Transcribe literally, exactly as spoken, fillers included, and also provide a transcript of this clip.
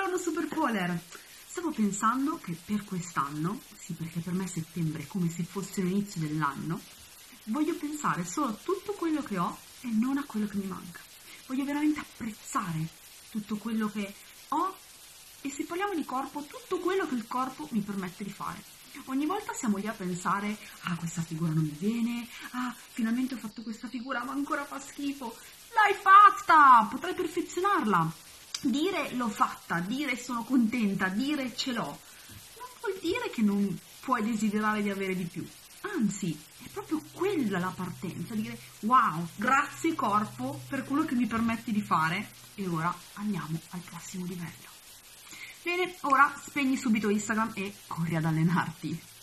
Buongiorno Superpoler! Stavo pensando che per quest'anno, sì perché per me settembre è come se fosse l'inizio dell'anno, voglio pensare solo a tutto quello che ho e non a quello che mi manca. Voglio veramente apprezzare tutto quello che ho e, se parliamo di corpo, tutto quello che il corpo mi permette di fare. Ogni volta siamo lì a pensare: ah, questa figura non mi viene, ah, finalmente ho fatto questa figura ma ancora fa schifo. L'hai fatta! Potrai perfezionarla. Dire l'ho fatta, dire sono contenta, dire ce l'ho, non vuol dire che non puoi desiderare di avere di più. Anzi, è proprio quella la partenza, dire wow, grazie corpo per quello che mi permetti di fare e ora andiamo al prossimo livello. Bene, ora spegni subito Instagram e corri ad allenarti.